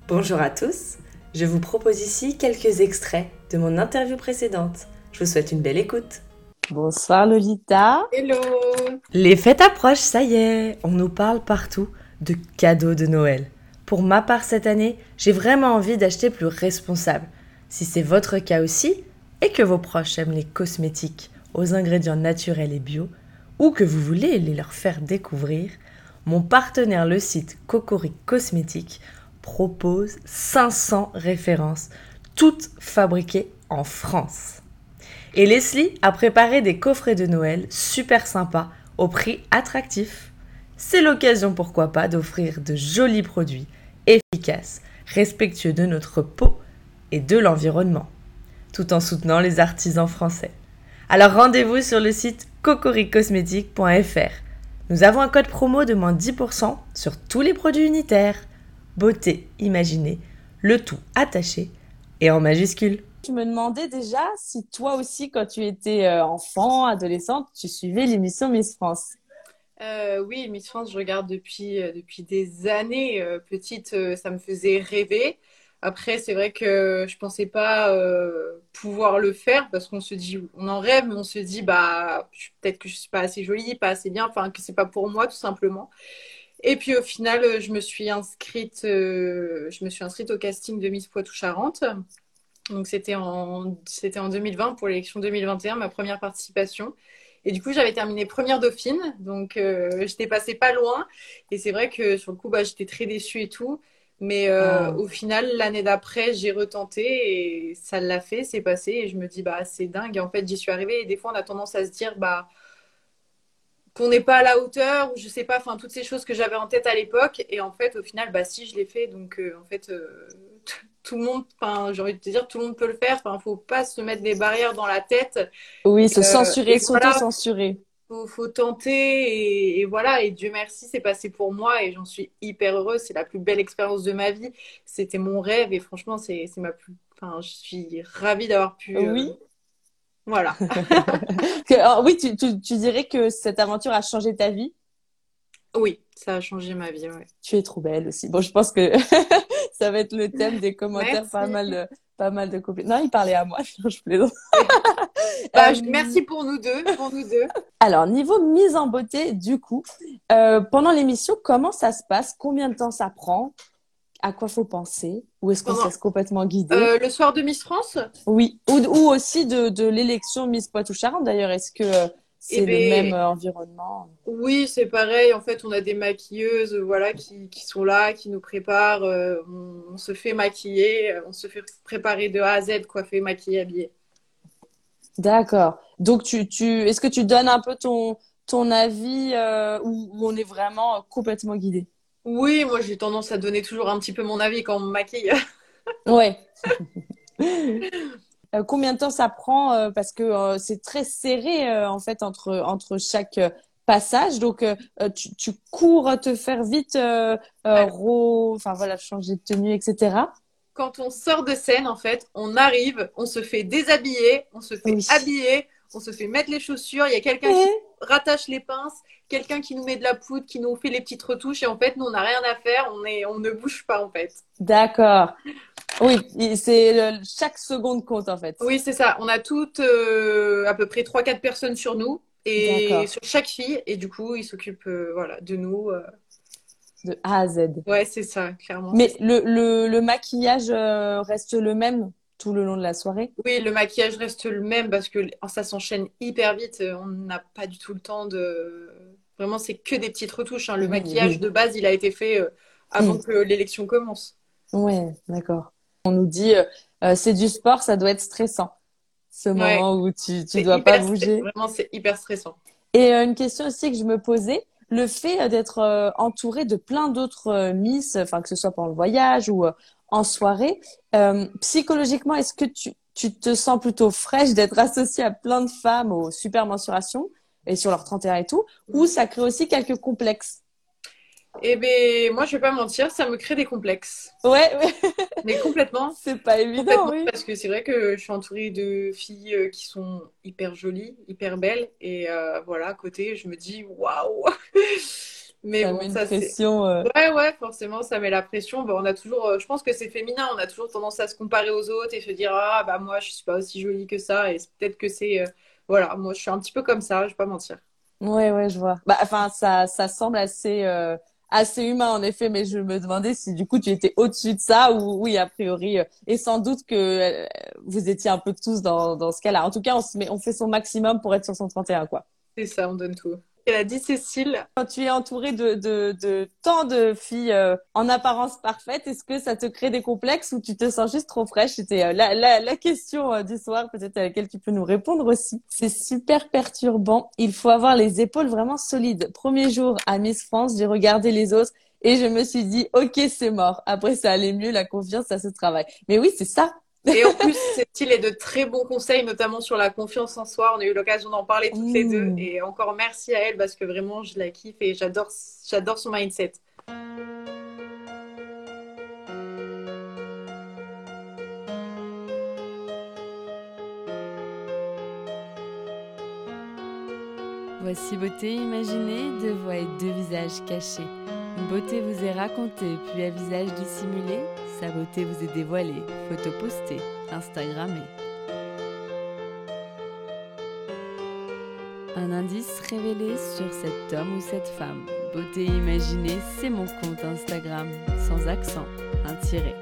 Bonjour à tous, je vous propose ici quelques extraits de mon interview précédente. Je vous souhaite une belle écoute. Bonsoir Lolita. Hello! Les fêtes approchent, ça y est, on nous parle partout de cadeaux de Noël. Pour ma part cette année, j'ai vraiment envie d'acheter plus responsable. Si c'est votre cas aussi, et que vos proches aiment les cosmétiques aux ingrédients naturels et bio, ou que vous voulez les leur faire découvrir, mon partenaire, le site Cocorico Cosmétiques, propose 500 références, toutes fabriquées en France. Et Leslie a préparé des coffrets de Noël super sympas, au prix attractif. C'est l'occasion, pourquoi pas, d'offrir de jolis produits efficaces, respectueux de notre peau et de l'environnement, tout en soutenant les artisans français. Alors rendez-vous sur le site cocoricosmétique.fr. Nous avons un code promo de moins 10% sur tous les produits unitaires. Beauté imaginée, le tout attaché et en majuscule. Je me demandais déjà si toi aussi, quand tu étais enfant, adolescente, tu suivais l'émission Miss France. Oui, Miss France, je regarde depuis des années. Petite, ça me faisait rêver. Après, c'est vrai que je pensais pas pouvoir le faire parce qu'on se dit, on en rêve, mais on se dit, bah, peut-être que je suis pas assez jolie, pas assez bien, enfin, que c'est pas pour moi, tout simplement. Et puis au final, je me suis inscrite au casting de Miss Poitou-Charentes. Donc c'était en 2020 pour l'élection 2021, ma première participation. Et du coup, j'avais terminé première dauphine, donc j'étais passée pas loin. Et c'est vrai que sur le coup, bah, j'étais très déçue et tout. Mais Ah. au final, l'année d'après, j'ai retenté et ça l'a fait, c'est passé. Et je me dis, bah, c'est dingue. Et en fait, j'y suis arrivée. Et des fois, on a tendance à se dire, bah, qu'on n'est pas à la hauteur ou je sais pas, enfin, toutes ces choses que j'avais en tête à l'époque. Et en fait, au final, bah, si, je l'ai fait. Donc, en fait, tout le monde, enfin, j'ai envie de te dire, tout le monde peut le faire. Enfin, faut pas se mettre des barrières dans la tête. Oui, Et, se censurer, voilà, s'auto-censurer. faut tenter. Et voilà. Et Dieu merci, c'est passé pour moi et j'en suis hyper heureuse. C'est la plus belle expérience de ma vie. C'était mon rêve et franchement, c'est ma plus. Enfin, je suis ravie d'avoir pu. Oui. Voilà. Oui, tu dirais que cette aventure a changé ta vie. Oui, ça a changé ma vie. Ouais. Tu es trop belle aussi. Bon, je pense que ça va être le thème des commentaires, Merci. pas mal de copines. Non, il parlait à moi, je plaisante. Bah, Euh, merci pour nous deux, pour nous deux. Alors, niveau mise en beauté, du coup, pendant l'émission, comment ça se passe? Combien de temps ça prend? À quoi faut penser? Ou est-ce qu'on se Pendant laisse complètement guider? le soir de Miss France, Oui, ou aussi de l'élection Miss Poitou-Charentes d'ailleurs. Est-ce que eh c'est le même ben, environnement? oui, c'est pareil. En fait, on a des maquilleuses, voilà, qui sont là, qui nous préparent. On se fait maquiller, on se fait préparer de A à Z, coiffer, maquiller, habiller. D'accord. Donc, est-ce que tu donnes un peu ton avis ou on est vraiment complètement guidé? Oui, moi, j'ai tendance à donner toujours un petit peu mon avis quand on me maquille. Ouais. Combien de temps ça prend parce que c'est très serré en fait entre chaque passage. Donc, tu cours te faire vite, enfin voilà, changer de tenue, etc. Quand on sort de scène, en fait, on arrive, on se fait déshabiller, on se fait Oui. habiller, on se fait mettre les chaussures. Il y a quelqu'un qui rattache les pinces, quelqu'un qui nous met de la poudre, qui nous fait les petites retouches. Et en fait, nous, on n'a rien à faire, on ne bouge pas, en fait. D'accord. Oui, chaque seconde compte en fait. Oui, c'est ça. On a toutes à peu près trois quatre personnes sur nous et D'accord. sur chaque fille. Et du coup, ils s'occupent voilà, de nous. De A à Z. Ouais, c'est ça, clairement, c'est Mais ça. le maquillage reste le même tout le long de la soirée? Oui, le maquillage reste le même parce que ça s'enchaîne hyper vite. On n'a pas du tout le temps de. Vraiment, c'est que des petites retouches, hein. Le Oui, maquillage oui. de base, il a été fait avant Mm. que l'élection commence. Ouais, d'accord. On nous dit c'est du sport, ça doit être stressant. Ce Ouais, moment où tu dois pas bouger. vraiment, c'est hyper stressant. Et une question aussi que je me posais, le fait d'être entouré de plein d'autres Miss, enfin que ce soit pendant le voyage ou en soirée, psychologiquement, est-ce que tu te sens plutôt fraîche d'être associée à plein de femmes aux super mensurations et sur leur 31 et tout, ou ça crée aussi quelques complexes? Eh ben, moi, je vais pas mentir, ça me crée des complexes. Ouais, ouais. Mais complètement. C'est pas évident, Complètement, oui. parce que c'est vrai que je suis entourée de filles qui sont hyper jolies, hyper belles. Et voilà, à côté, je me dis, waouh! Mais Ça bon, met une ça c'est. pression. Ouais, ouais, forcément, ça met la pression. Bah, on a toujours, je pense que c'est féminin, on a toujours tendance à se comparer aux autres et se dire, ah, bah moi, je suis pas aussi jolie que ça. Et peut-être que c'est. Voilà, moi, je suis un petit peu comme ça, je vais pas mentir. Ouais, ouais, je vois. Bah, enfin, ça semble assez humain en effet, mais je me demandais si du coup tu étais au-dessus de ça ou oui, a priori, et sans doute que vous étiez un peu tous dans ce cas-là. En tout cas, on fait son maximum pour être sur son 31, quoi. C'est ça, on donne tout. Elle a dit Cécile. Quand tu es entouré de tant de filles en apparence parfaite, est-ce que ça te crée des complexes ou tu te sens juste trop fraîche? C'était la question du soir, peut-être à laquelle tu peux nous répondre aussi. C'est super perturbant. Il faut avoir les épaules vraiment solides. Premier jour à Miss France, j'ai regardé les autres et je me suis dit, ok, c'est mort. Après, ça allait mieux, la confiance, ça se travaille. Mais oui, c'est ça. Et en plus, Cécile est de très bons conseils, notamment sur la confiance en soi. On a eu l'occasion d'en parler toutes les deux. Mmh. Et encore merci à elle parce que vraiment, je la kiffe et j'adore son mindset. Voici beauté imaginée, deux voix et deux visages cachés. Une beauté vous est racontée, puis à visage dissimulé, sa beauté vous est dévoilée, photo postée, Instagrammée. Un indice révélé sur cet homme ou cette femme. Beauté imaginée, c'est mon compte Instagram, sans accent, un tiret.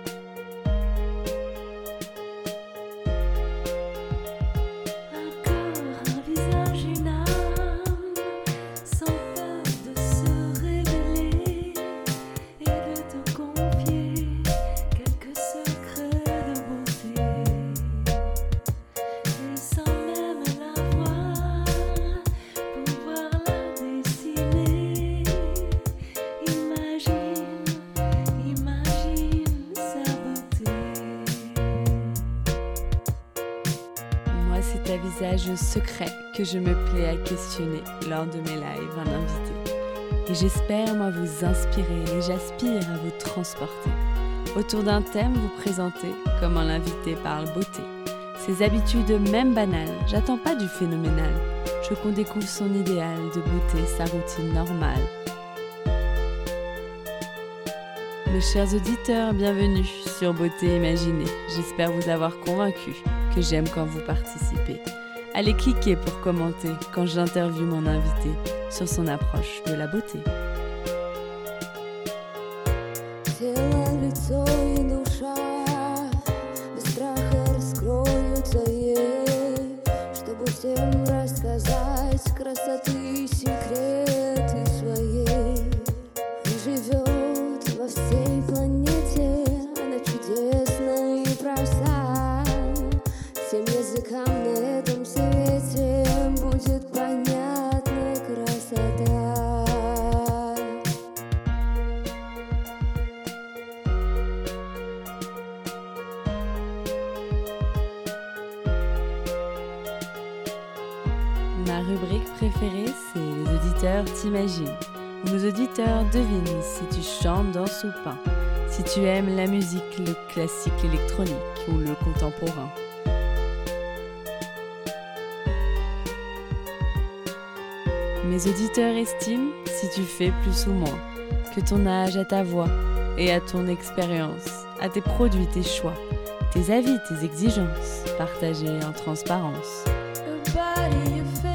C'est à visage secret que je me plais à questionner lors de mes lives un invité. Et j'espère, moi, vous inspirer et j'aspire à vous transporter. Autour d'un thème, vous présenter comment l'invité parle beauté. Ses habitudes même banales, j'attends pas du phénoménal. Je veux qu'on découvre son idéal de beauté, sa routine normale. Mes chers auditeurs, bienvenue sur Beauté Imaginée. J'espère vous avoir convaincu que j'aime quand vous participez. Allez cliquer pour commenter quand j'interviewe mon invité sur son approche de la beauté. Ma rubrique préférée, c'est Les auditeurs t'imaginent, où nos auditeurs devinent si tu chantes, danses ou peins, si tu aimes la musique, le classique électronique ou le contemporain. Mes auditeurs estiment si tu fais plus ou moins, que ton âge à ta voix et à ton expérience, à tes produits, tes choix, tes avis, tes exigences, partagés en transparence. Nobody you